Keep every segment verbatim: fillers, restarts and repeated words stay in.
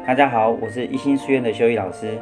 大家好，我是一心书院的修义老师。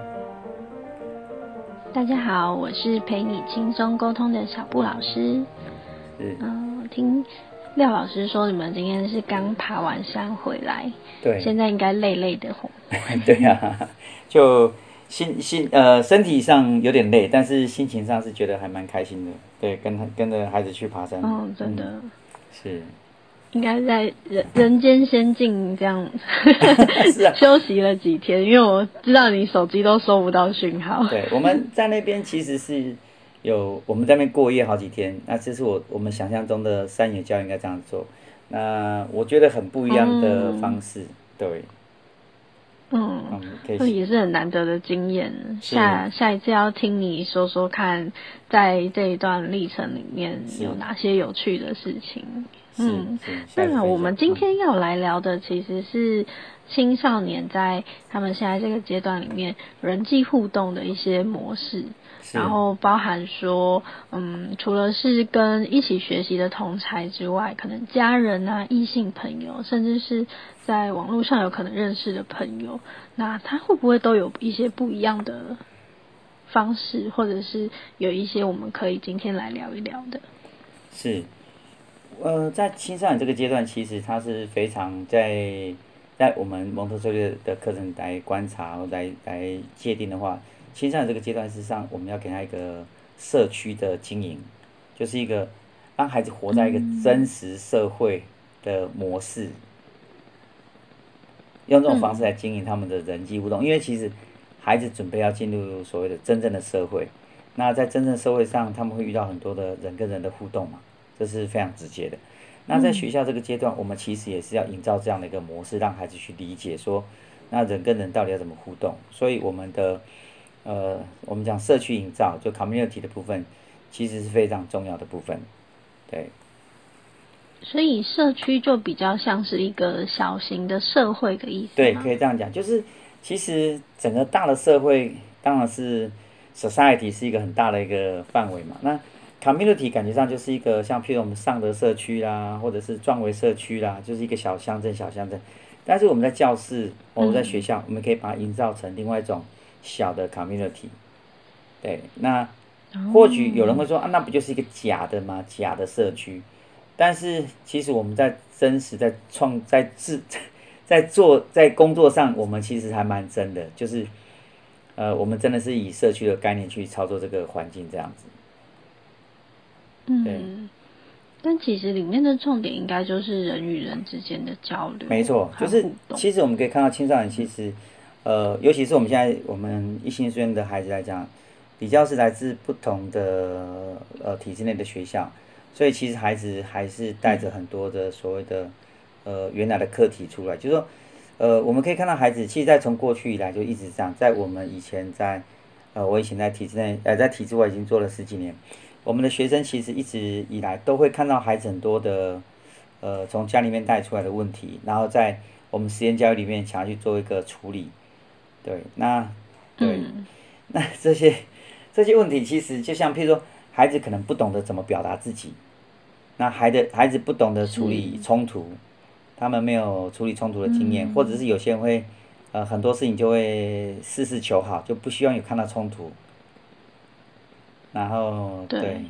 大家好，我是陪你轻松沟通的小布老师。 是， 嗯、呃，听廖老师说，你们今天是刚爬完山回来， 对， 现在应该累累的吼。 对啊，就心心呃身体上有点累，但是心情上是觉得还蛮开心的。对，跟跟着孩子去爬山。 嗯，真的。 嗯、是。 应该在人人间仙境这样是啊， 休息了几天，因为我知道你手机都收不到讯号。 对，我们在那边其实是有我们在那边过夜好几天，那这是我我们想象中的山野教应该这样做。那我觉得很不一样的方式，嗯、对。 嗯，这也是很难得的经验。下下一次要听你说说看，在这一段历程里面有哪些有趣的事情。嗯，那我们今天要来聊的其实是青少年在他们现在这个阶段里面人际互动的一些模式，然后包含说，嗯，除了是跟一起学习的同侪之外，可能家人啊、异性朋友，甚至是在网络上有可能认识的朋友，那他会不会都有一些不一样的方式，或者是有一些我们可以今天来聊一聊的？ 是。呃，在青少年这个阶段，其实他是非常在在我们蒙特梭利的课程来观察或来来界定的话，青少年这个阶段，事实上我们要给他一个社区的经营，就是一个让孩子活在一个真实社会的模式，用这种方式来经营他们的人际互动。因为其实孩子准备要进入所谓的真正的社会，那在真正社会上，他们会遇到很多的人跟人的互动嘛。这是非常直接的。那在学校这个阶段，我们其实也是要营造这样的一个模式，让孩子去理解说，那人跟人到底要怎么互动。所以我们的呃，我们讲社区营造，就 community 的部分，其实是非常重要的部分。对。 所以社区就比较像是一个小型的社会的意思吗？ 对，可以这样讲。就是其实整个大的社会，当然是 society 是一个很大的一个范围嘛。那community 感觉上就是一个像譬如我们尚德社区啦，或者是壮维社区啦，就是一个小乡镇小乡镇。但是我们在教室，我们在学校，我们可以把它营造成另外一种小的 community。对，那或许有人会说啊，那不就是一个假的吗？假的社区。但是其实我们在真实在创在制在做在工作上，我们其实还蛮真的，就是呃，我们真的是以社区的概念去操作这个环境这样子。 嗯，但其实里面的重点应该就是人与人之间的交流。 没错，就是其实我们可以看到青少年其实，呃，尤其是我们现在我们一心书院的孩子来讲，比较是来自不同的呃体制内的学校，所以其实孩子还是带着很多的所谓的呃原来的课题出来，就是说，呃，我们可以看到孩子，其实在从过去以来就一直这样，在我们以前在呃我以前在体制内呃在体制外已经做了十几年。我们的学生其实一直以来都会看到孩子很多的，呃，从家里面带出来的问题，然后在我们实验教育里面想要去做一个处理，对，那对，嗯、那这些这些问题其实就像譬如说，孩子可能不懂得怎么表达自己，那孩子孩子不懂得处理冲突，他们没有处理冲突的经验，嗯、或者是有些人会，呃，很多事情就会事事求好，就不希望有看到冲突。然后 对, 对，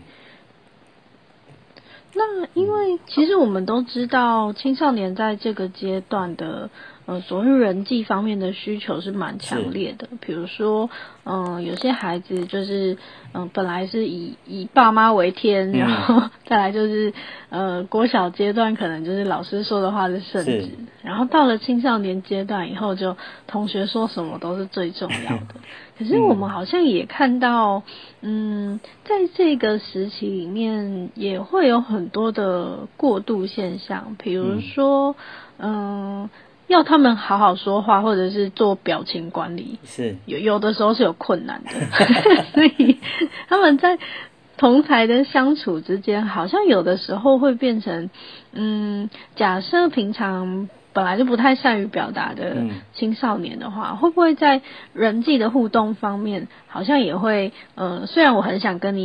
那因为其实我们都知道，青少年在这个阶段的呃所谓人际方面的需求是蛮强烈的。比如说，嗯、呃，有些孩子就是嗯、呃、本来是以以爸妈为天，然后再来就是呃国小阶段可能就是老师说的话是圣旨，然后到了青少年阶段以后，就同学说什么都是最重要的。可是我们好像也看到，嗯，在这个时期里面也会有很多的过渡现象，比如说，嗯，要他们好好说话，或者是做表情管理， 是有有的时候是有困难的，所以他们在同侪的相处之间，好像有的时候会变成，嗯，假设平常本来就不太善于表达的青少年的话，嗯、会不会在人际的互动方面，好像也会，呃，虽然我很想跟你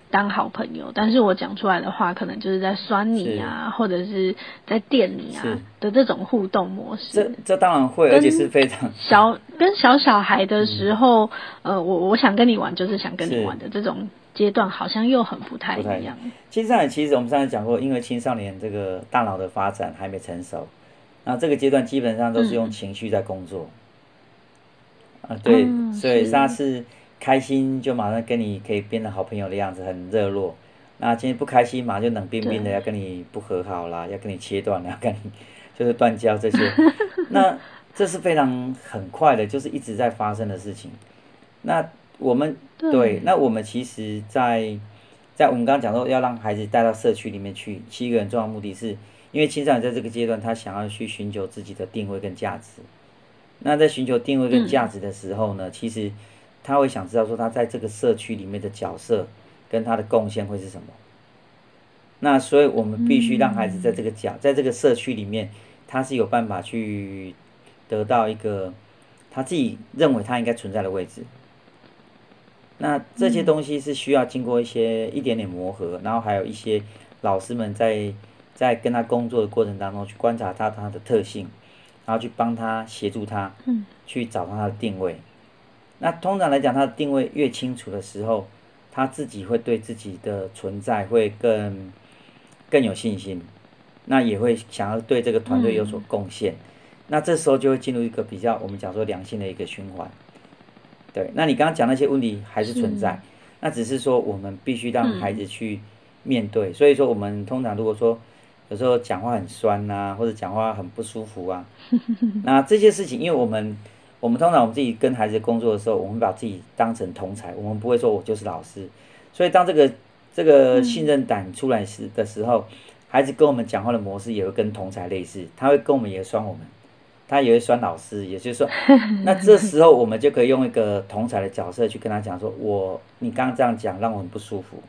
当好朋友，但是我讲出来的话可能就是在酸你啊，或者是在电你啊的这种互动模式。 这这当然会，而且是非常小跟小小孩的时候，嗯、呃，我我想跟你玩就是想跟你玩的这种阶段，好像又很不太一样。 青少年其实我们上次讲过，因为青少年这个大脑的发展还没成熟，那这个阶段基本上都是用情绪在工作。嗯、啊，对，嗯、所以他是开心就马上跟你可以变成好朋友的样子，很热络。那今天不开心，马上就冷冰冰的要跟你不和好啦，要跟你切断了，要跟你就是断交这些。那这是非常很快的，就是一直在发生的事情。那我们 对, 对，那我们其实在在我们刚刚讲说要让孩子带到社区里面去，其实一个很重要的目的是，因为青少年在这个阶段，他想要去寻求自己的定位跟价值。那在寻求定位跟价值的时候呢，嗯、其实他会想知道说他在这个社区里面的角色跟他的贡献会是什么。那所以我们必须让孩子在这个角，在这个社区里面，他是有办法去得到一个他自己认为他应该存在的位置。那这些东西是需要经过一些一点点磨合，然后还有一些老师们在在跟他工作的过程当中去观察他他的特性，然后去帮他协助他，去找到他的定位。那通常来讲，他的定位越清楚的时候，他自己会对自己的存在会更更有信心，那也会想要对这个团队有所贡献。那这时候就会进入一个比较我们讲说良性的一个循环。对，那你刚刚讲那些问题还是存在，那只是说我们必须让孩子去面对。嗯、所以说我们通常如果说有时候讲话很酸啊，或者讲话很不舒服啊，那这些事情，因为我们我们通常我们自己跟孩子工作的时候，我们把自己当成同侪，我们不会说我就是老师。所以当这个这个信任感出来时的时候，嗯、孩子跟我们讲话的模式也会跟同侪类似，他会跟我们也酸我们。他也会酸老师，也就是说，那这时候我们就可以用一个同侪的角色去跟他讲说，我你刚刚这样讲让我很不舒服。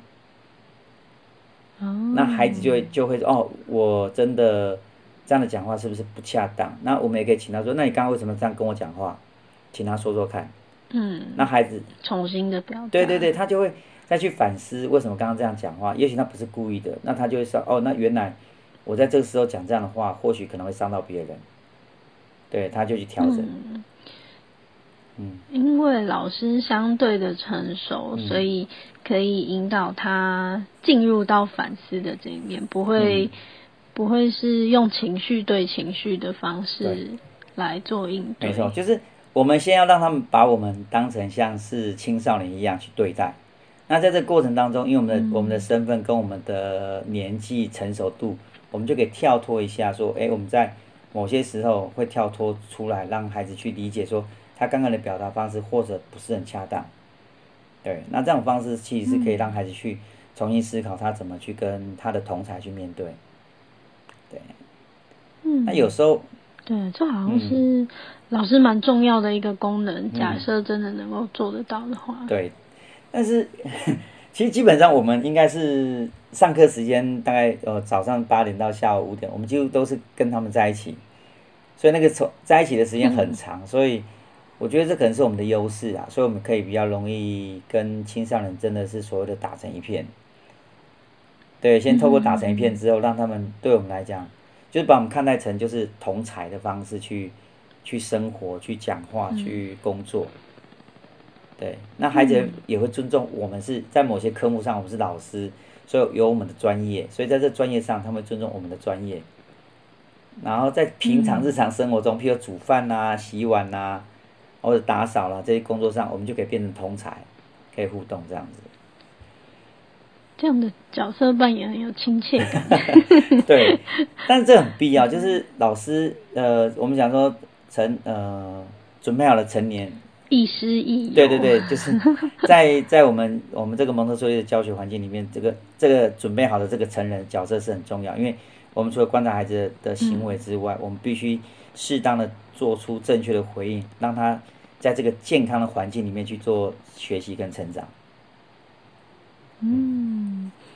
哦。那孩子就会就会说，哦，我真的这样的讲话是不是不恰当？那我们也可以请他说，那你刚刚为什么这样跟我讲话？请他说说看。嗯。那孩子重新的表达。 对对对，他就会再去反思为什么刚刚这样讲话，也许他不是故意的，那他就会说，哦，那原来我在这个时候讲这样的话，或许可能会伤到别人。对，他就去调整。嗯， 嗯因为老师相对的成熟，嗯、所以可以引导他进入到反思的这一面，不会、嗯、不会是用情绪对情绪的方式来做应对。 没错，就是我们先要让他们把我们当成像是青少年一样去对待。那在这个过程当中，因为我们的、嗯、我们的身份跟我们的年纪成熟度，我们就可以跳脱一下，说，哎，我们在某些时候会跳脱出来，让孩子去理解说他刚刚的表达方式或者不是很恰当。对，那这种方式其实是可以让孩子去重新思考他怎么去跟他的同侪去面对。对，嗯，那有时候， 对，这好像是老师蛮重要的一个功能。嗯、假设真的能够做得到的话， 对，但是其实基本上我们应该是。上课时间大概呃早上八点到下午五点，我们几乎都是跟他们在一起，所以那个在一起的时间很长，嗯、所以我觉得这可能是我们的优势啊，所以我们可以比较容易跟青少年真的是所谓的打成一片。对，先透过打成一片之后，嗯、让他们对我们来讲，就是把我们看待成就是同侪的方式去去生活、去讲话、嗯、去工作。对，那孩子也会尊重我们是在某些科目上我们是老师。所以有我们的专业，所以在这专业上，他们尊重我们的专业。然后在平常日常生活中，譬如煮饭啊、洗碗啊，或者打扫啦、啊、这些工作上，我们就可以变成同侪，可以互动这样子。 这样的角色扮演很有亲切感。 对，但是这很必要，就是老师呃，我们讲说成呃准备好了成年。 亦师亦友。 对对对，就是在在我们我们这个蒙特梭利的教学环境里面，这个这个准备好的这个成人角色是很重要，因为我们除了观察孩子的行为之外，嗯、我们必须适当的做出正确的回应，让他在这个健康的环境里面去做学习跟成长。 嗯，那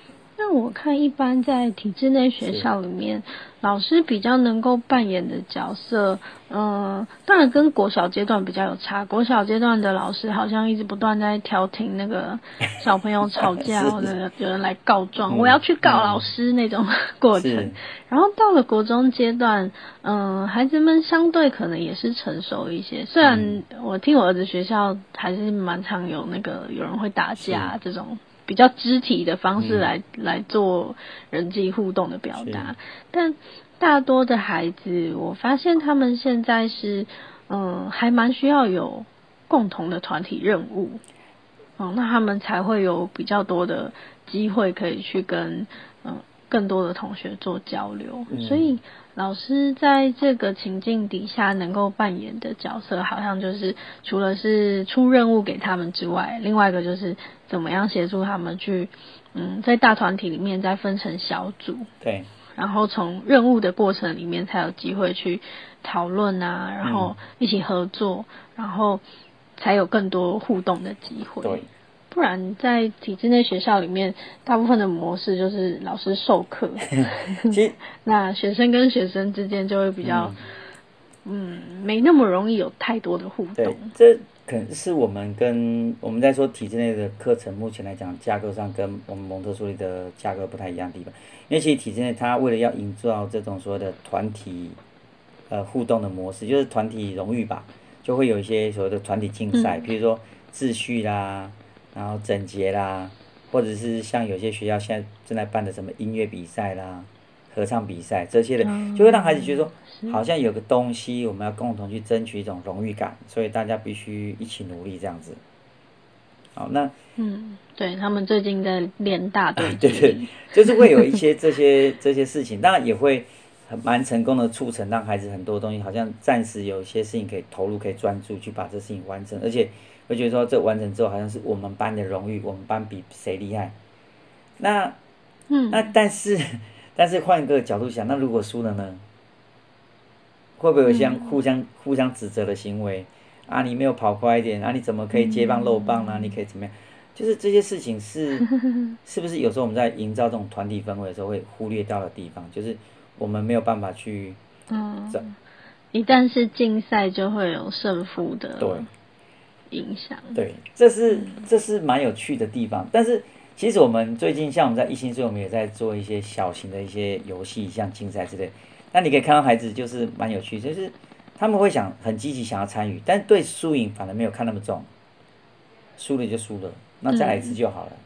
但我看一般在体制内学校里面，老师比较能够扮演的角色，嗯、呃，当然跟国小阶段比较有差。国小阶段的老师好像一直不断在调停那个小朋友吵架，或者有人来告状，嗯、我要去告老师那种过程。然后到了国中阶段，嗯、呃，孩子们相对可能也是成熟一些。虽然我听我儿子学校还是蛮常有那个有人会打架这种。比较肢体的方式来、嗯、来做人际互动的表达，但大多的孩子，我发现他们现在是，嗯，还蛮需要有共同的团体任务，嗯，那他们才会有比较多的机会可以去跟，嗯，更多的同学做交流，嗯、所以老师在这个情境底下能够扮演的角色，好像就是除了是出任务给他们之外，另外一个就是怎么样协助他们去，嗯，在大团体里面再分成小组， 对， 然后从任务的过程里面才有机会去讨论啊，然后一起合作，嗯、然后才有更多互动的机会。 对。 不然在体制内学校里面，大部分的模式就是老师授课，那学生跟学生之间就会比较，嗯，嗯没那么容易有太多的互动。 对，这可能是我们跟我们在说体制内的课程，目前来讲架构上跟我们蒙特梭利的架构不太一样的地方。因为其实体制内它为了要营造这种所谓的团体呃互动的模式，就是团体荣誉吧，就会有一些所谓的团体竞赛，比、嗯、如说秩序啦。然后整洁啦，或者是像有些学校现在正在办的什么音乐比赛啦、合唱比赛这些的，就会让孩子觉得说，好像有个东西我们要共同去争取一种荣誉感，所以大家必须一起努力这样子。好，那嗯，对他们最近在练大队、啊， 对对，就是会有一些这些这些事情，当然也会很蛮成功的促成，让孩子很多东西好像暂时有一些事情可以投入，可以专注去把这事情完成，而且。会觉得说这完成之后好像是我们班的荣誉，我们班比谁厉害。那，嗯，那但是但是换一个角度想，那如果输了呢？会不会有相互相、嗯、互相指责的行为？啊，你没有跑快一点，啊，你怎么可以接棒漏棒呢、啊？你可以怎么样？就是这些事情是是不是有时候我们在营造这种团体氛围的时候会忽略掉的地方？就是我们没有办法去， 嗯，一旦是竞赛，就会有胜负的。 对。 影响对，这是这是蛮有趣的地方。但是其实我们最近像我们在一心，所以我们也在做一些小型的一些游戏，像竞赛之类。那你可以看到孩子就是蛮有趣，就是他们会想很积极想要参与，但对输赢反而没有看那么重，输了就输了，那再来一次就好了。嗯、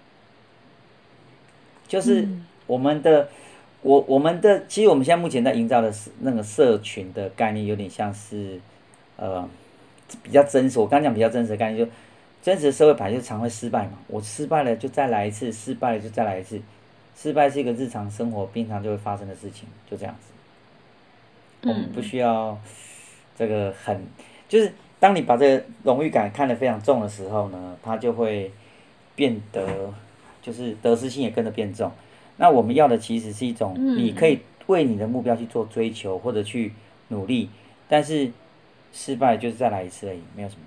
就是我们的我我们的其实我们现在目前在营造的是那个社群的概念，有点像是呃。比较真实，我刚讲比较真实的概念，就真实的社会本来就常会失败嘛。我失败了就再来一次，失败了就再来一次，失败是一个日常生活平常就会发生的事情，就这样子。我们不需要这个很，就是当你把这个荣誉感看得非常重的时候呢，它就会变得就是得失心也跟着变重。那我们要的其实是一种，你可以为你的目标去做追求或者去努力，但是。失败就是再来一次而已，没有什么。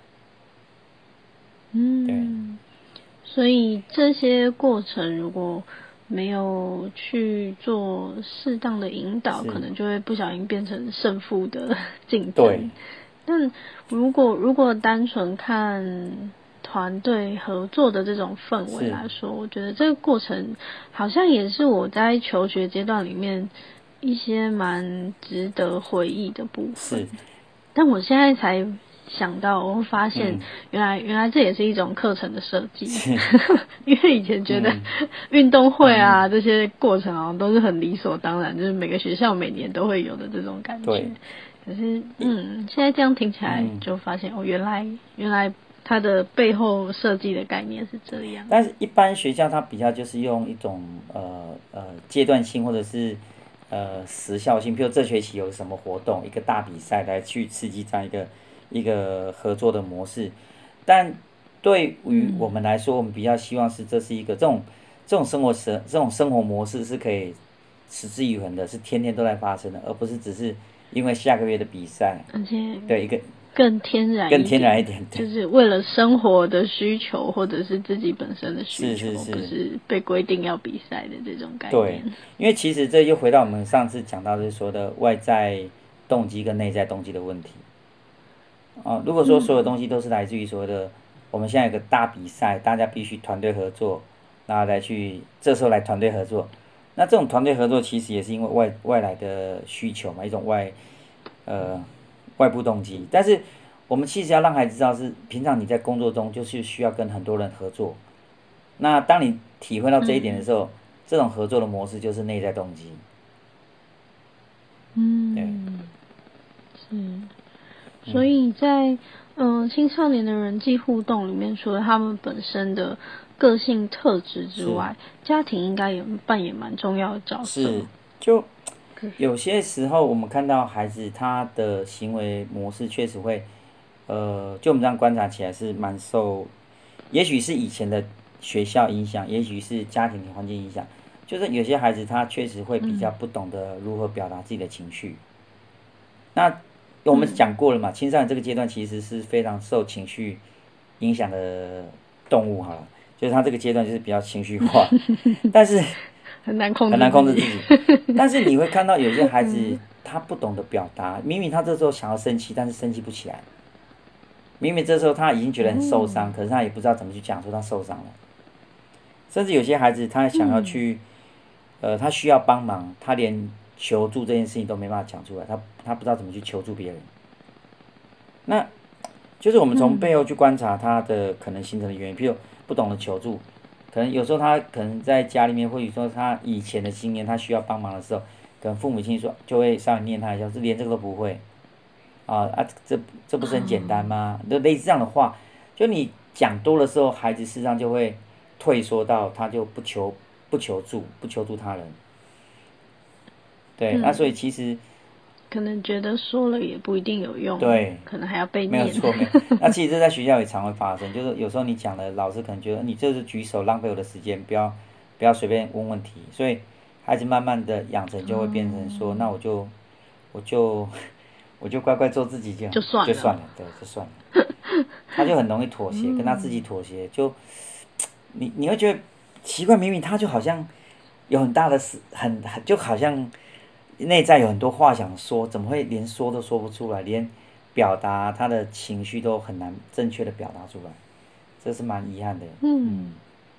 嗯，对。所以这些过程如果没有去做适当的引导，可能就会不小心变成胜负的竞争。 对。 但如果如果单纯看团队合作的这种氛围来说，我觉得这个过程好像也是我在求学阶段里面一些蛮值得回忆的部分。 是。 但我现在才想到，我会发现原来、嗯、原来这也是一种课程的设计，因为以前觉得运动会啊、嗯、这些过程好像都是很理所当然，就是每个学校每年都会有的这种感觉。 对。 可是嗯，现在这样听起来就发现、嗯、哦，原来原来它的背后设计的概念是这样。 但是一般学校它比较就是用一种呃呃阶段性或者是。呃，时效性，比如这学期有什么活动，一个大比赛来去刺激这样一个一个合作的模式。但对于我们来说，我们比较希望是这是一个这种这种生活生这种生活模式是可以持之以恒的，是天天都在发生的，而不是只是因为下个月的比赛。 而且对一个更天然更天然一点， 就是为了生活的需求或者是自己本身的需求， 是是是， 不是被规定要比赛的这种概念。 对，因为其实这又回到我们上次讲到就是说的外在动机跟内在动机的问题。哦，如果说所有东西都是来自于所谓的，我们现在有个大比赛，大家必须团队合作，然后来去这时候来团队合作，那这种团队合作其实也是因为外外来的需求嘛，一种外呃外部动机。但是我们其实要让孩子知道是，平常你在工作中就是需要跟很多人合作。那当你体会到这一点的时候，嗯、这种合作的模式就是内在动机。 嗯，对，是。所以在嗯、呃、青少年的人际互动里面，除了他们本身的个性特质之外，家庭应该也扮演蛮重要的角色。 是，就有些时候我们看到孩子他的行为模式确实会，呃，就我们这样观察起来是蛮受，也许是以前的学校影响，也许是家庭环境影响，就是有些孩子他确实会比较不懂得如何表达自己的情绪。嗯、那我们讲过了嘛，青少年这个阶段其实是非常受情绪影响的动物好了，就是他这个阶段就是比较情绪化，但是很难控制很难控制自己。但是你会看到有些孩子他不懂得表达，明明他这时候想要生气，但是生气不起来。明明这时候他已经觉得很受伤，可是他也不知道怎么去讲说他受伤了。甚至有些孩子他想要去，呃，他需要帮忙，他连求助这件事情都没办法讲出来，他他不知道怎么去求助别人。那就是我们从背后去观察他的可能形成的原因，譬如不懂得求助，可能有时候他可能在家里面，或者说他以前的经验，他需要帮忙的时候，可能父母亲说就会稍微念他一下，是连这个都不会，啊啊，这这不是很简单吗？就类似这样的话，就你讲多的时候，孩子事实上就会退缩到他就不求不求助，不求助他人。对，嗯、那所以其实。 可能觉得说了也不一定有用， 对， 可能还要被念。 没有错，没有。那其实这在学校也常会发生，就是有时候你讲了，老师可能觉得你这是举手浪费我的时间，不要不要随便问问题，所以孩子慢慢的养成就会变成说，嗯、那我就我就我就乖乖做自己就就算了，就算了，对，就算了。他就很容易妥协，跟他自己妥协，就你你会觉得奇怪，明明他就好像有很大的事，很就好像。内在有很多话想说，怎么会连说都说不出来，连表达他的情绪都很难正确的表达出来，这是蛮遗憾的。嗯，嗯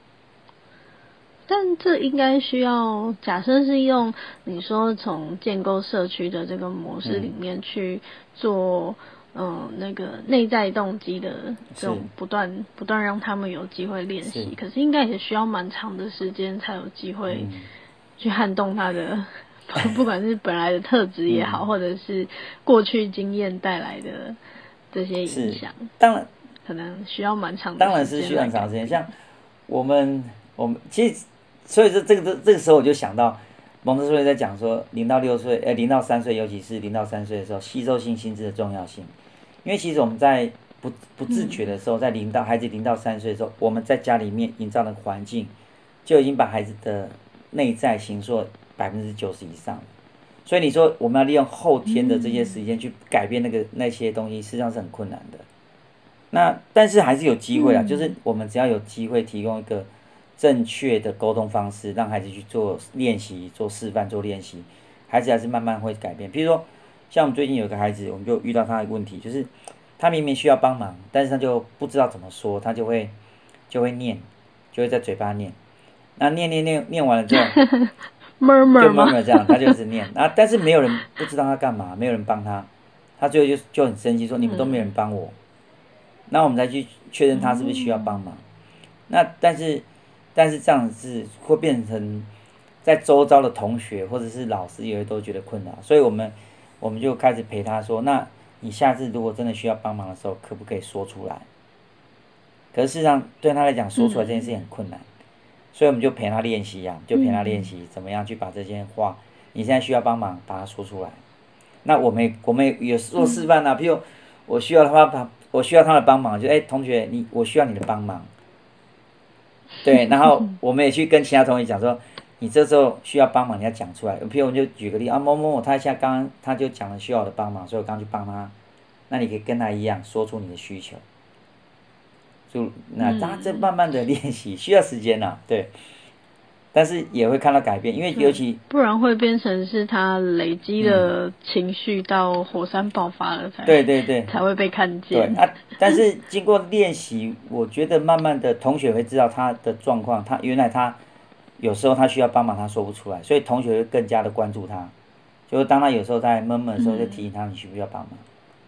但这应该需要，假设是用你说从建构社区的这个模式里面去做，嗯、呃，那个内在动机的这种不断不断让他们有机会练习，可是应该也需要蛮长的时间才有机会去撼动他的。不管是本来的特质也好，嗯、或者是过去经验带来的这些影响， 当然可能需要蛮长的时间。 当然是需要很长时间。像我们，我们其实，所以这这个这个时候我就想到，蒙特梭利在讲说，零到六岁，呃，零到三岁，尤其是零到三岁的时候，吸收性心智的重要性。因为其实我们在不不自觉的时候，嗯、在零到孩子零到三岁的时候，我们在家里面营造的环境，就已经把孩子的内在形塑百分之九十以上，所以你说我们要利用后天的这些时间去改变那个那些东西，实际上是很困难的。那但是还是有机会啊，嗯、就是我们只要有机会提供一个正确的沟通方式，让孩子去做练习、做示范、做练习，孩子还是慢慢会改变。比如说，像我们最近有个孩子，我们就遇到他的问题，就是他明明需要帮忙，但是他就不知道怎么说，他就会就会念，就会在嘴巴念，那念念念念完了之后。就 murmur 这样，他就一直念啊，但是没有人不知道他干嘛，没有人帮他，他最后就就很生气，说你们都没有人帮我，嗯、那我们才去确认他是不是需要帮忙。嗯、那但是但是这样子会变成在周遭的同学或者是老师也会都觉得困扰，所以我们我们就开始陪他说，那你下次如果真的需要帮忙的时候，可不可以说出来？可是事实上对他来讲，说出来这件事情很困难。嗯所以我们就陪他练习呀、啊，就陪他练习怎么样去把这些话，你现在需要帮忙，把它说出来。那我们我们有做示范啊，譬如我需要他我需要他的帮忙，就哎、欸、同学你我需要你的帮忙，对，然后我们也去跟其他同学讲说，你这时候需要帮忙，你要讲出来。譬如我们就举个例啊，某某某他现在刚刚他就讲了需要我的帮忙，所以我刚去帮他。 那你可以跟他一样说出你的需求。就那他这慢慢的练习，需要时间呐、啊，对。但是也会看到改变，因为尤其不然会变成是他累积的情绪到火山爆发了才对对对才会被看见。 对啊，但是经过练习，我觉得慢慢的同学会知道他的状况，他原来他有时候他需要帮忙，他说不出来，所以同学会更加的关注他。就是当他有时候在闷闷的时候，就提醒他你需不需要帮忙。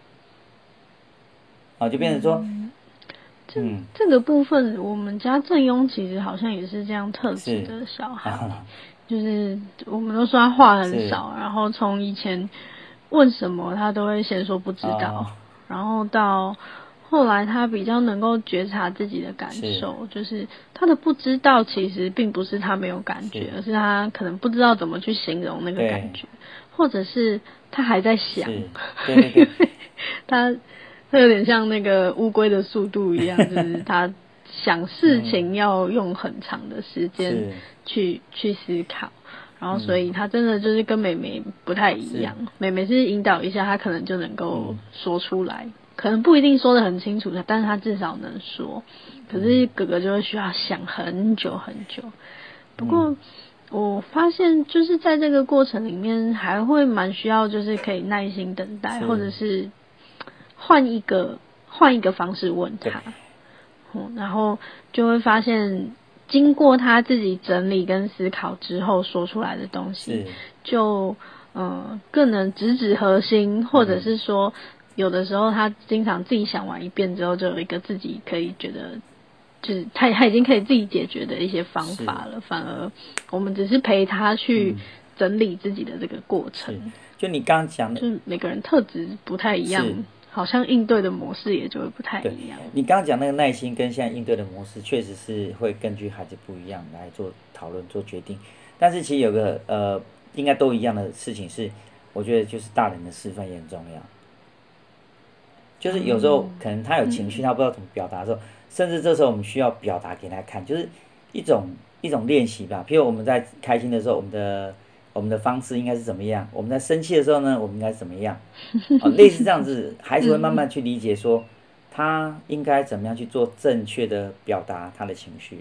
啊，就变成说。 嗯这这个部分，我们家正庸其实好像也是这样特质的小孩，啊、就是我们都说他话很少，然后从以前问什么他都会先说不知道，哦、然后到后来他比较能够觉察自己的感受，就是他的不知道其实并不是他没有感觉，而是他可能不知道怎么去形容那个感觉，或者是他还在想， 对对对他。它有点像那个乌龟的速度一样，就是他想事情要用很长的时间去去思考，然后所以他真的就是跟妹妹不太一样。妹妹是引导一下，他可能就能够说出来，嗯、可能不一定说得很清楚，但是他至少能说。可是哥哥就会需要想很久很久。不过我发现就是在这个过程里面，还会蛮需要就是可以耐心等待，或者是。换一个换一个方式问他，嗯，然后就会发现，经过他自己整理跟思考之后说出来的东西，就嗯、呃、更能直指核心，或者是说，有的时候他经常自己想完一遍之后，就有一个自己可以觉得，就是他他已经可以自己解决的一些方法了，反而我们只是陪他去整理自己的这个过程。 就你刚刚讲的， 就是每个人特质不太一样。好像应对的模式也就会不太一样。 你刚刚讲那个耐心跟现在应对的模式，确实是会根据孩子不一样来做讨论、做决定。但是其实有个呃，应该都一样的事情是，我觉得就是大人的示范也很重要。就是有时候可能他有情绪，他不知道怎么表达的时候，甚至这时候我们需要表达给他看，就是一种一种练习吧。譬如我们在开心的时候，我们的。我们的方式应该是怎么样？我们在生气的时候呢，我们应该是怎么样？哦，类似这样子，孩子会慢慢去理解说，他应该怎么样去做正确的表达他的情绪。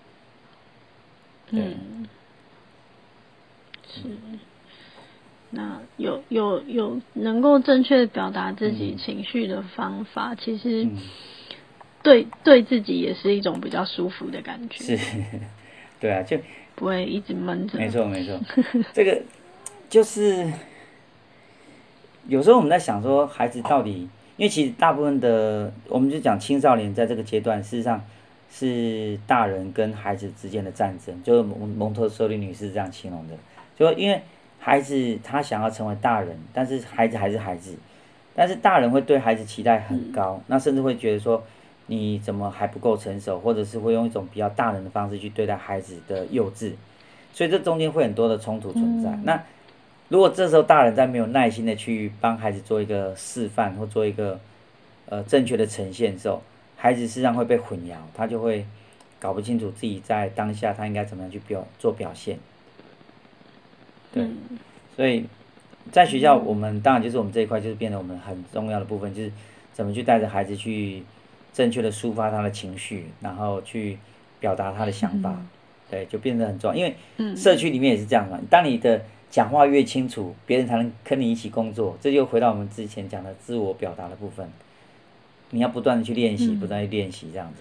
对， 嗯，是。那有有有能够正确表达自己情绪的方法，嗯、其实对对自己也是一种比较舒服的感觉。 是，对啊，就。 不会一直闷着。 没错没错，这个就是有时候我们在想说，孩子到底，因为其实大部分的，我们就讲青少年在这个阶段，事实上是大人跟孩子之间的战争，就是蒙蒙特梭利女士这样形容的，就因为孩子他想要成为大人，但是孩子还是孩子，但是大人会对孩子期待很高，嗯、那甚至会觉得说。你怎么还不够成熟，或者是会用一种比较大人的方式去对待孩子的幼稚，所以这中间会很多的冲突存在。嗯、那如果这时候大人在没有耐心的去帮孩子做一个示范或做一个呃正确的呈现的时候，孩子实际上会被混淆，他就会搞不清楚自己在当下他应该怎么样去表做表现。对，嗯、所以在学校我们当然就是我们这一块就是变得我们很重要的部分，就是怎么去带着孩子去。正确的抒发他的情绪，然后去表达他的想法，嗯、对，就变得很重要。因为社区里面也是这样嘛，当你的讲话越清楚，别人才能跟你一起工作。这就回到我們之前講的自我表達的部分，你要不斷的去練習，嗯、不斷地去練習，這樣子。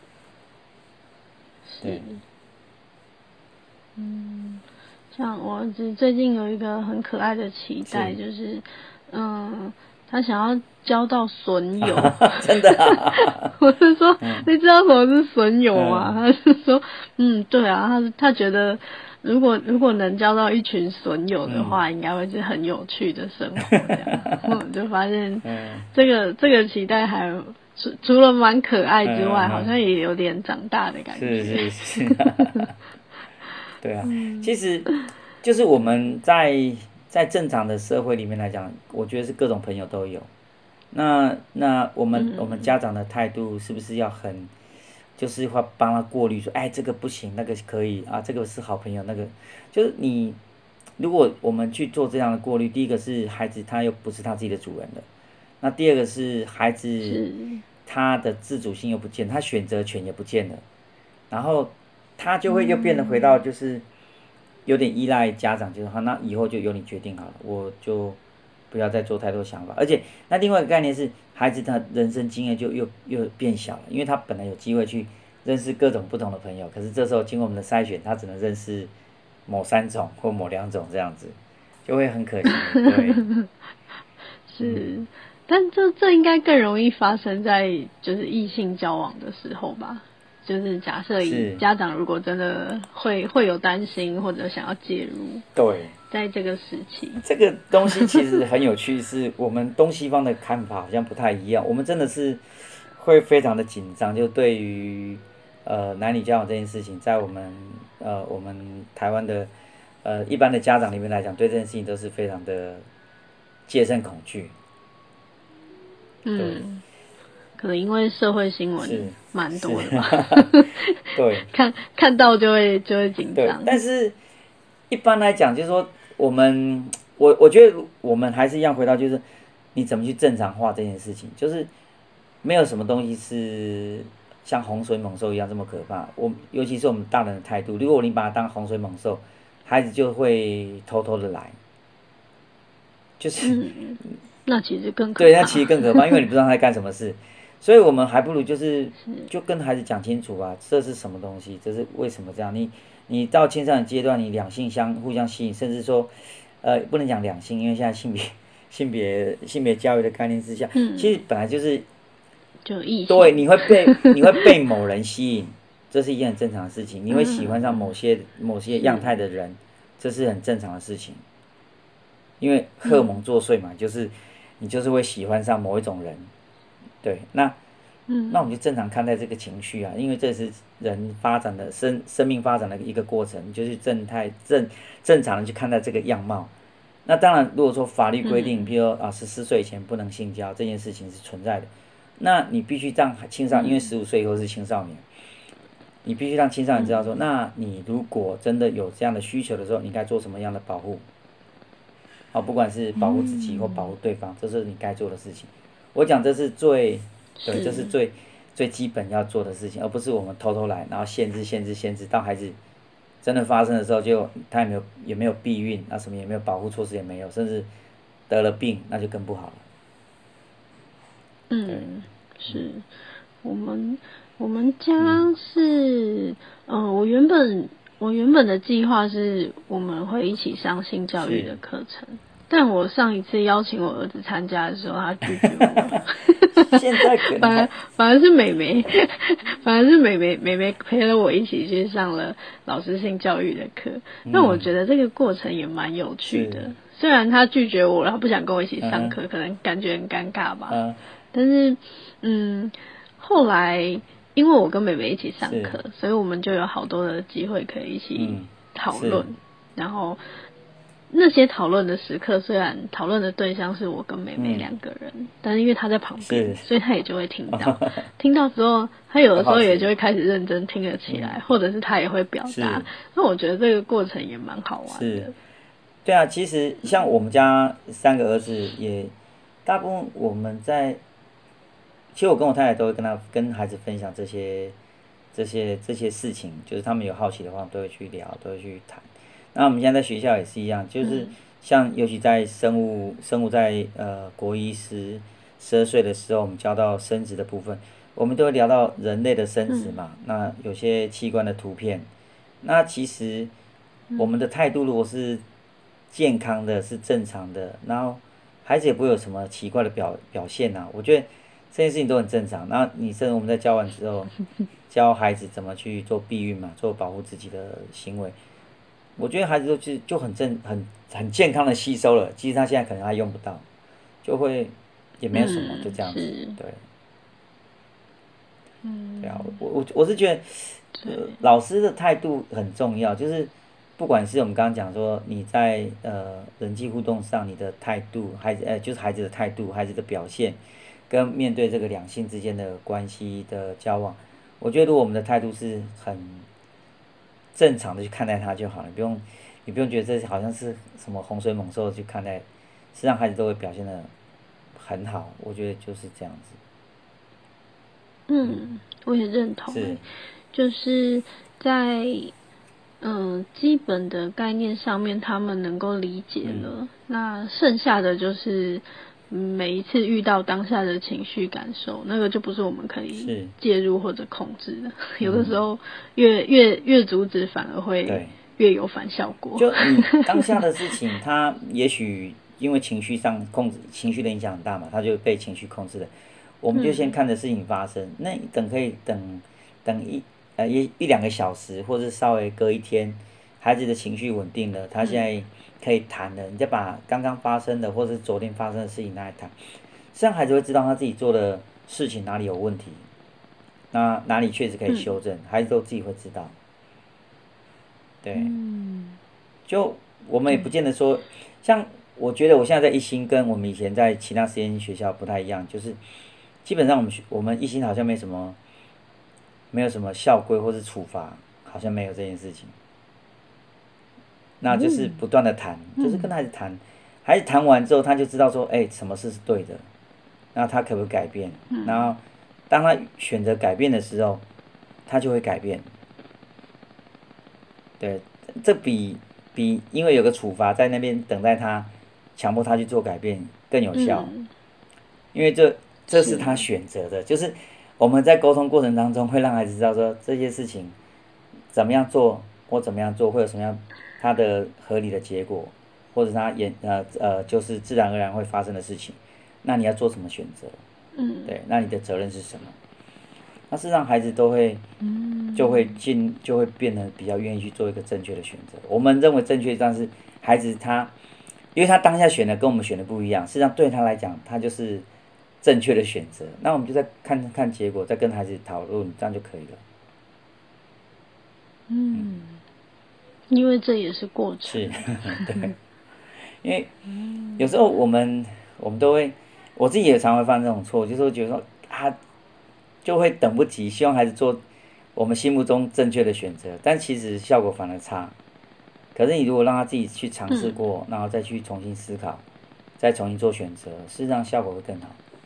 對。嗯，像我兒子最近有一個很可愛的期待，是就是嗯，他想要交到損友。 真的、啊？ 我是說，嗯、你知道什麼是損友嗎？嗯、他是說，嗯，對啊，他他覺得。如果如果能交到一群損友的話，嗯、應該會是很有趣的生活。這樣，我就發現，這個這個期待還除除了蠻可愛之外，嗯、好像也有點長大的感覺。 是是是。對啊，嗯、其實就是我們在在正常的社會裡面來講，我覺得是各種朋友都有。那那我們、嗯、我們家長的態度是不是要很？就是會幫他過濾說，哎，這個不行，那個可以啊，這個是好朋友，那個就是你，如果我們去做這樣的過濾，第一個是孩子他又不是他自己的主人了， 那第二个是孩子他的自主性又不见，他选择权也不见了，然后他就会又变得回到就是有点依赖家长，就是好，那以后就由你决定好了，我就不要再做太多想法。而且那另外一个概念是，孩子他人生经验就又又变小了，因为他本来有机会去认识各种不同的朋友，可是这时候经过我们的筛选，他只能认识某三种或某两种这样子，就会很可惜。对， 是，嗯、但这这应该更容易发生在就是异性交往的时候吧？就是假设以家长如果真的会会有担心或者想要介入， 对， 在这个时期， 这个东西其实很有趣，是我们东西方的看法好像不太一样。我们真的是会非常的紧张，就对于呃男女交往这件事情，在我们呃我们台湾的呃一般的家长里面来讲，对这件事情都是非常的戒慎恐惧。 嗯，可能因为社会新闻蛮多的吧。 对， 看看到就会就会紧张。 但是一般来讲，就是说我们我我觉得我们还是一样回到，就是你怎么去正常化这件事情，就是没有什么东西是像洪水猛兽一样这么可怕。我尤其是我们大人的态度，如果你把它当洪水猛兽，孩子就会偷偷的来，就是、 嗯、那其实更可怕。 对，那其实更可怕，因为你不知道他在干什么事。所以我们还不如就是就跟孩子讲清楚啊，这是什么东西，这是为什么这样。你你到青少年阶段，你两性相互相吸引，甚至说，呃，不能讲两性，因为现在性别性别性别教育的概念之下，嗯、其实本来就是就异性， 对，你会被你会被某人吸引，这是一件很正常的事情。你会喜欢上某些、嗯、某些样态的人，这是很正常的事情。因为荷尔蒙作祟嘛，嗯、就是你就是会喜欢上某一种人。对，那，嗯、那我们就正常看待这个情绪啊，因为这是人发展的生生命发展的一个过程，就是正态正正常的去看待这个样貌。那当然，如果说法律规定，嗯、比如说啊十四岁以前不能性交这件事情是存在的，那你必须让青少年，因为十五岁以后是青少年，你必须让青少年知道说，嗯、那你如果真的有这样的需求的时候，你该做什么样的保护？好，不管是保护自己或保护对方，这是你该做的事情。我讲这是最，对，这是最最基本要做的事情，而不是我们偷偷来，然后限制、限制、限制，到孩子真的发生的时候就，就他也没有也没有避孕，那什么也没有保护措施也没有，甚至得了病，那就更不好了。 嗯，是我们我们家是，嗯、呃，我原本我原本的计划是我们会一起上性教育的课程。但我上一次邀请我儿子参加的时候，他拒绝我。 现在可能反而反而是妹妹，反而是妹妹妹妹陪了我一起去上了老师性教育的课。嗯、但我觉得这个过程也蛮有趣的。虽然他拒绝我了，他不想跟我一起上课，嗯、可能感觉很尴尬吧。嗯、但是，嗯，后来因为我跟妹妹一起上课，所以我们就有好多的机会可以一起讨论，嗯、然后。那些讨论的时刻，虽然讨论的对象是我跟妹妹两个人，嗯、但是因为她在旁边，所以她也就会听到。听到之后，她有的时候也就会开始认真听了起来，嗯、或者是她也会表达。那我觉得这个过程也蛮好玩的。 是，对啊，其实像我们家三个儿子也，大部分我们在，其实我跟我太太都会跟他跟孩子分享这些这些这些事情，就是他们有好奇的话，都会去聊，都会去谈。那我们现在在学校也是一样，就是像尤其在生物生物在呃国一十十二岁的时候，我们教到生殖的部分，我们都会聊到人类的生殖嘛。嗯、那有些器官的图片，那其实我们的态度如果是健康的、是正常的，然后孩子也不会有什么奇怪的表表现啊。我觉得这件事情都很正常。那你甚至我们在教完之后，教孩子怎么去做避孕嘛，做保护自己的行为。我觉得孩子都就就很正很很健康的吸收了，其实他现在可能还用不到，就会也没有什么，嗯、就这样子，对。嗯。对啊，我我我是觉得，呃，老师的态度很重要，就是不管是我们刚刚讲说你在呃人际互动上你的态度，孩子呃就是孩子的态度，孩子的表现，跟面对这个两性之间的关系的交往，我觉得如果我们的态度是很正常的去看待他就好了，不用，你不用觉得这好像是什么洪水猛兽去看待，实际上孩子都会表现得很好，我觉得就是这样子。 嗯，我也认同。是，就是在嗯、呃、基本的概念上面，他们能够理解了，嗯、那剩下的就是每一次遇到当下的情绪感受，那个就不是我们可以介入或者控制的。有的时候越越越阻止，反而会越有反效果。 就你当下的事情，它也许因为情绪上控制，情绪的影响很大嘛，它就被情绪控制了。我们就先看着事情发生，嗯、那等可以等等一呃一一两个小时，或者稍微隔一天，孩子的情绪稳定了，他现在可以谈了，你再把刚刚发生的或者是昨天发生的事情拿来谈，这样孩子会知道他自己做的事情哪里有问题，那哪里确实可以修正，嗯、孩子都自己会知道。对，嗯、就我们也不见得说，像我觉得我现在在一心跟我们以前在其他实验学校不太一样，就是基本上我们我们一心好像没什么，没有什么校规或是处罚，好像没有这件事情。那就是不断的谈，嗯、就是跟孩子谈，孩子谈完之后他就知道说，哎、欸，什么事是对的，那他可不可以改变？嗯、然后当他选择改变的时候，他就会改变。对，这比比因为有个处罚在那边等待他，强迫他去做改变更有效。嗯、因为这这是他选择的，就是我们在沟通过程当中会让孩子知道说这些事情怎么样做或怎么样做会有什么样他的合理的结果，或者他也呃呃就是自然而然会发生的事情，那你要做什么选择？嗯，对，那你的责任是什么？那是让孩子都会，就会进，就会变得比较愿意去做一个正确的选择。我们认为正确，但是孩子他，因为他当下选的跟我们选的不一样，实际上对他来讲，他就是正确的选择。那我们就再看看结果，再跟孩子讨论，这样就可以了。 嗯，因为这也是过程。 是，对，因为有时候我们我们都会，我自己也常会犯这种错，就是会觉得说啊。就会等不及，希望孩子做我们心目中正确的选择，但其实效果反而差。可是你如果让他自己去尝试过，嗯、然后再去重新思考，再重新做选择，事实上效果会更好。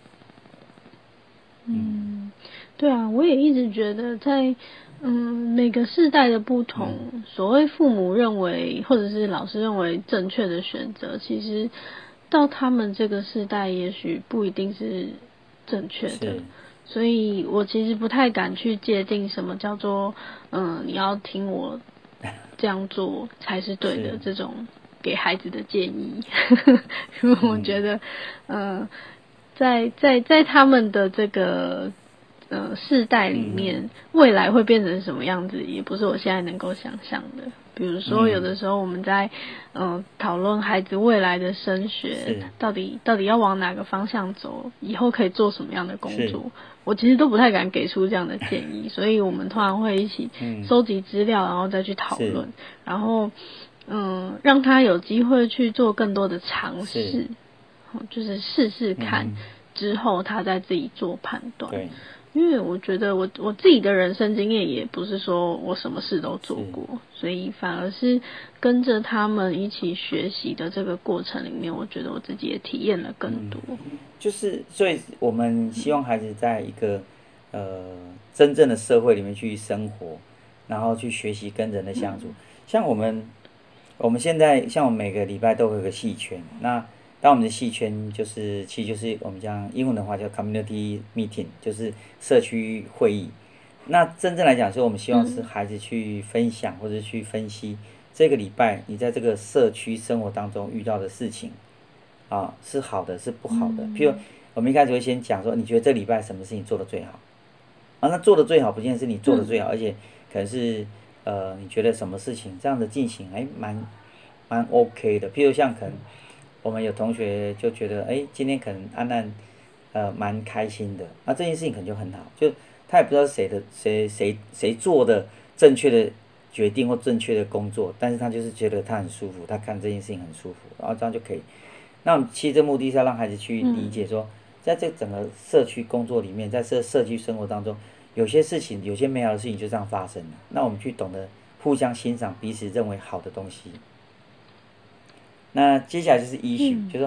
嗯，对啊，我也一直觉得在嗯每个世代的不同，嗯、所谓父母认为或者是老师认为正确的选择，其实到他们这个世代，也许不一定是正确的。所以我其实不太敢去界定什么叫做嗯你要听我这样做才是对的这种给孩子的建议，因为我觉得嗯、呃、在在在他们的这个呃世代里面，未来会变成什么样子，也不是我现在能够想象的。比如说，有的时候我们在嗯讨论孩子未来的升学，到底到底要往哪个方向走，以后可以做什么样的工作，我其实都不太敢给出这样的建议，所以我们通常会一起收集资料，然后再去讨论，然后嗯让他有机会去做更多的尝试，就是试试看，嗯、之后他再自己做判断。对。因为我觉得我我自己的人生经验也不是说我什么事都做过，所以反而是跟着他们一起学习的这个过程里面，我觉得我自己也体验了更多。 嗯、就是所以我们希望孩子在一个呃真正的社会里面去生活，然后去学习跟人的相处。嗯、像我们我们现在像我们每个礼拜都会有个系圈，那当我们的系圈就是其实就是我们讲英文的话叫 community meeting， 就是社区会议。那真正来讲，是我们希望是孩子去分享或者去分析这个礼拜你在这个社区生活当中遇到的事情，啊，是好的是不好的。譬如我们一开始会先讲说，你觉得这礼拜什么事情做得最好？啊，那做得最好不见得是你做得最好，而且可能是呃你觉得什么事情这样的进行还蛮蛮 OK 的。譬如像可能。我们有同学就觉得，哎，今天可能安安，呃，蛮开心的，那这件事情可能就很好，就他也不知道是谁的谁谁谁做的正确的决定或正确的工作，但是他就是觉得他很舒服，他看这件事情很舒服，然后这样就可以。那我们其实这目的是要让孩子去理解说，在这整个社区工作里面，在社社区生活当中，有些事情，有些美好的事情就这样发生了。那我们去懂得互相欣赏彼此认为好的东西。那接下来就是 issue，、嗯、就是说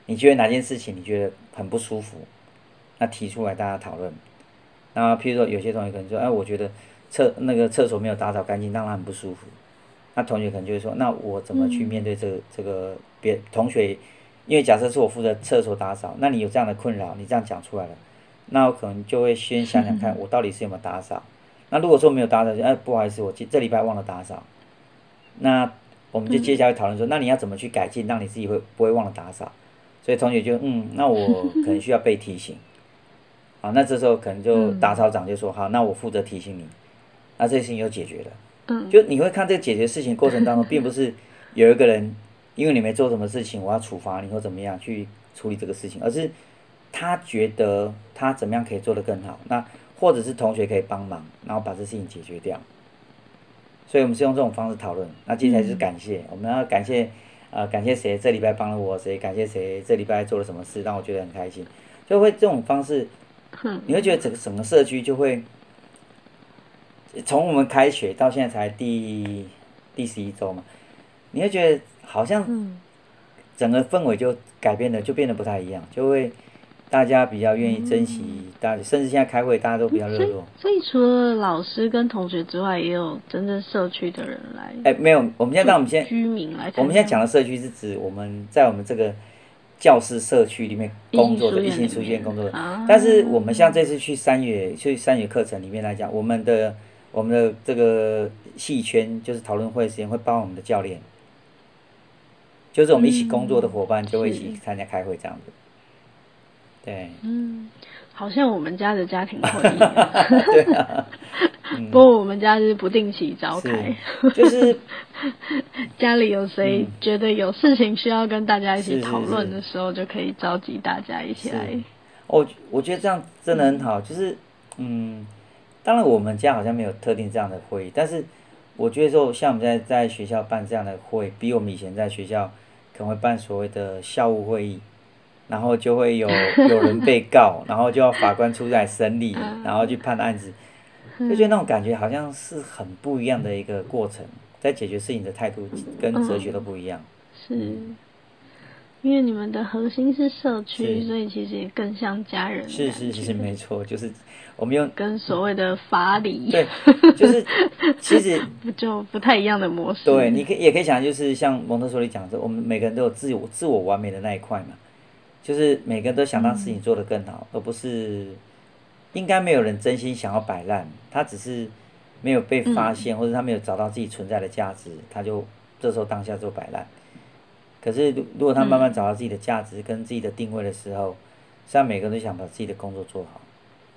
你觉得哪件事情你觉得很不舒服，那提出来大家讨论。那譬如说有些同学可能说，哎，我觉得厕那个厕所没有打扫干净，让他很不舒服。那同学可能就会说，那我怎么去面对这个、嗯、这个别同学？因为假设是我负责厕所打扫，那你有这样的困扰，你这样讲出来了，那我可能就会先想想看，我到底是有没有打扫。那如果说没有打扫，哎，不好意思，我这礼拜忘了打扫。那我们就接下来讨论说，那你要怎么去改进，让你自己会不会忘了打扫？所以同学就嗯，那我可能需要被提醒。好，那这时候可能就打扫长就说，好，那我负责提醒你，那这件事情就解决了。嗯，就你会看这个解决事情过程当中，并不是有一个人因为你没做什么事情，我要处罚你或怎么样去处理这个事情，而是他觉得他怎么样可以做得更好，那或者是同学可以帮忙，然后把这事情解决掉。所以我们是用这种方式讨论。那接下来就是感谢，嗯、我们要感谢呃感谢谁这礼拜帮了我，谁感谢谁这礼拜做了什么事让我觉得很开心，就会这种方式，你会觉得整个整个社区就会。从我们开学到现在才第第十一周嘛，你会觉得好像整个氛围就改变了，就变得不太一样，就会大家比较愿意珍惜，大家甚至现在开会大家都比较热络。 所以除了老师跟同学之外，也有真正社区的人来。 哎，没有，我们现在当我们现在居民来， 我们现在讲的社区是指我们在我们这个教室社区里面工作的一心书院工作的，啊、但是我们像这次去三月去三月课程里面来讲，我们的。我们的这个系圈就是讨论会时间会包括我们的教练，就是我们一起工作的伙伴就会一起参加开会这样子。对。 嗯，好像我们家的家庭会议。 对啊。 嗯、不过我们家是不定期召开。 就是家里有谁觉得有事情需要跟大家一起讨论的时候，就可以召集大家一起来。 我我觉得这样真的很好，就是嗯。当然，我们家好像没有特定这样的会议，但是我觉得说，像我们在在学校办这样的会，比我们以前在学校可能会办所谓的校务会议，然后就会有有人被告，然后就要法官出来审理，然后去判案子，就觉得那种感觉好像是很不一样的一个过程，在解决事情的态度跟哲学都不一样。 嗯、是。因为你们的核心是社区，所以其实也更像家人。 是是是是，没错，就是我们用跟所谓的法理， 对，就是其实就不太一样的模式。 对，你可以也可以想，就是像蒙特梭利讲的，我们每个人都有自我自我完美的那一块嘛，就是每个人都想让事情做得更好，嗯、而不是应该没有人真心想要摆烂，他只是没有被发现，嗯、或者他没有找到自己存在的价值，他就这时候当下就摆烂。可是，如果他慢慢找到自己的价值跟自己的定位的时候，实际上每个人都想把自己的工作做好。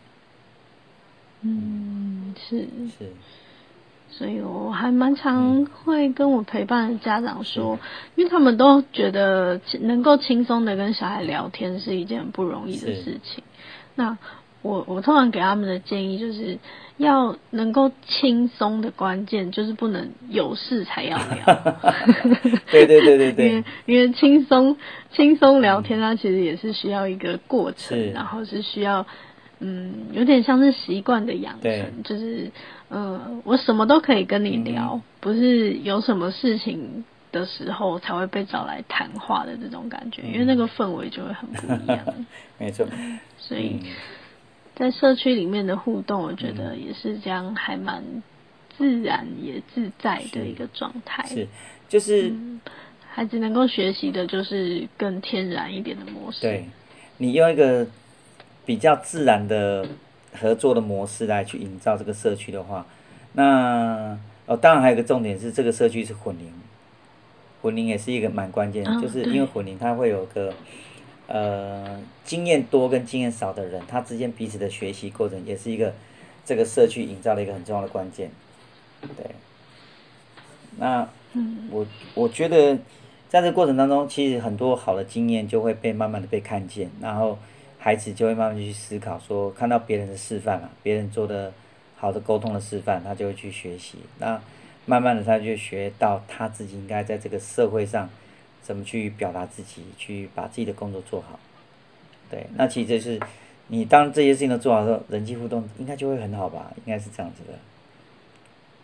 嗯，是是。 所以我还蛮常会跟我陪伴的家长说，因为他们都觉得能够轻松的跟小孩聊天是一件很不容易的事情。那我我通常给他们的建议就是要能够轻松的关键就是不能有事才要聊。 对对对对对。 因为因为轻松轻松聊天它其实也是需要一个过程，然后是需要嗯有点像是习惯的养成，就是呃我什么都可以跟你聊，嗯、不是有什么事情的时候才会被找来谈话的这种感觉，嗯、因为那个氛围就会很不一样。 没错。 所以。嗯在社区里面的互动，我觉得也是这样，还蛮自然也自在的一个状态。 是，就是、 嗯、孩子能够学习的，就是更天然一点的模式。 对，你用一个比较自然的合作的模式来去营造这个社区的话，那哦，当然还有一个重点是，这个社区是混龄，混龄也是一个蛮关键的，嗯、就是因为混龄它会有个。呃，经验多跟经验少的人，他之间彼此的学习过程，也是一个这个社区营造的一个很重要的关键。对，那我我觉得在这个过程当中，其实很多好的经验就会被慢慢的被看见，然后孩子就会慢慢去思考说，看到别人的示范嘛，别人做的好的沟通的示范，他就会去学习。那慢慢的他就学到他自己应该在这个社会上。怎么去表达自己，去把自己的工作做好，对，那其实就是你当这些事情都做好的时候，人际互动应该就会很好吧，应该是这样子的。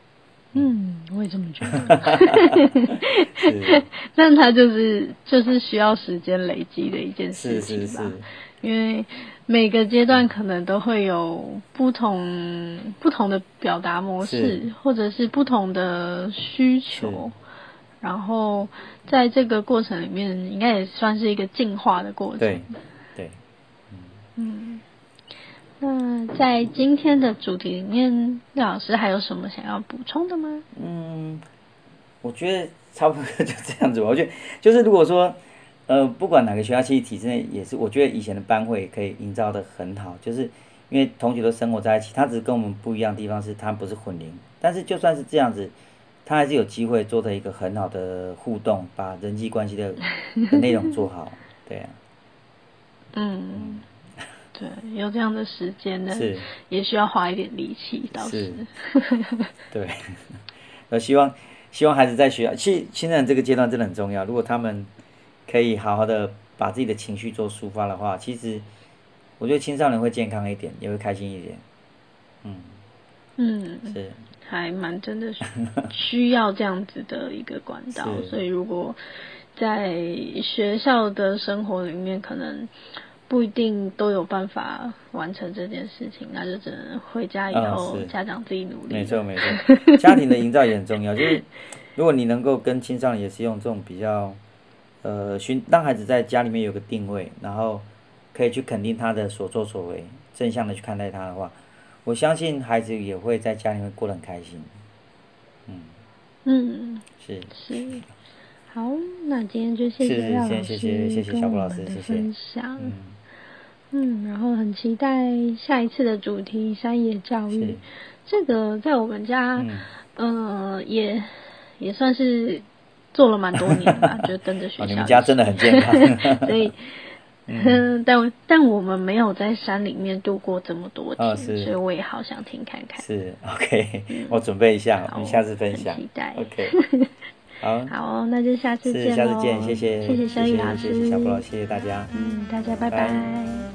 嗯，我也这么觉得。是，但它就是就是需要时间累积的一件事情吧。是是是。因为每个阶段可能都会有不同不同的表达模式，或者是不同的需求，然后在这个过程里面，应该也算是一个进化的过程。 对，对， 嗯。那在今天的主题里面，廖老师还有什么想要补充的吗？ 嗯，我觉得差不多就这样子吧。我觉得就是如果说。呃，不管哪个学校，其实体制内也是，我觉得以前的班会可以营造得很好，就是因为同学都生活在一起，他只是跟我们不一样的地方是，他不是混龄，但是就算是这样子，他还是有机会做的一个很好的互动，把人际关系的的内容做好，对啊。 嗯，对，有这样的时间呢，是也需要花一点力气，倒是。 对，我希望希望孩子在学校，其实现在这个阶段真的很重要，如果他们可以好好的把自己的情绪做抒发的话，其实我觉得青少年会健康一点，也会开心一点。嗯嗯，是，还蛮真的需要这样子的一个管道。所以如果在学校的生活里面，可能不一定都有办法完成这件事情，那就只能回家以后家长自己努力。 没错没错，家庭的营造也很重要。就是如果你能够跟青少年也是用这种比较。呃，寻让孩子在家里面有个定位，然后可以去肯定他的所作所为，正向的去看待他的话，我相信孩子也会在家里面过得很开心。 嗯嗯，是是，好，那今天就谢谢廖老师跟我们的分享。嗯嗯，然后很期待下一次的主题山野教育，这个在我们家，嗯、呃，也也算是。做了蛮多年吧，就跟着学校、哦。 你们家真的很健康， 所以，嗯，但但我们没有在山里面度过这么多天，哦、所以我也好想听看看。 是 OK，、嗯、我准备一下，我们下次分享。 期待 OK， 好， 好，那就下次见下次见，谢谢， 谢谢小雨老师， 谢谢小布老师，谢谢大家， 嗯，大家拜拜。拜拜。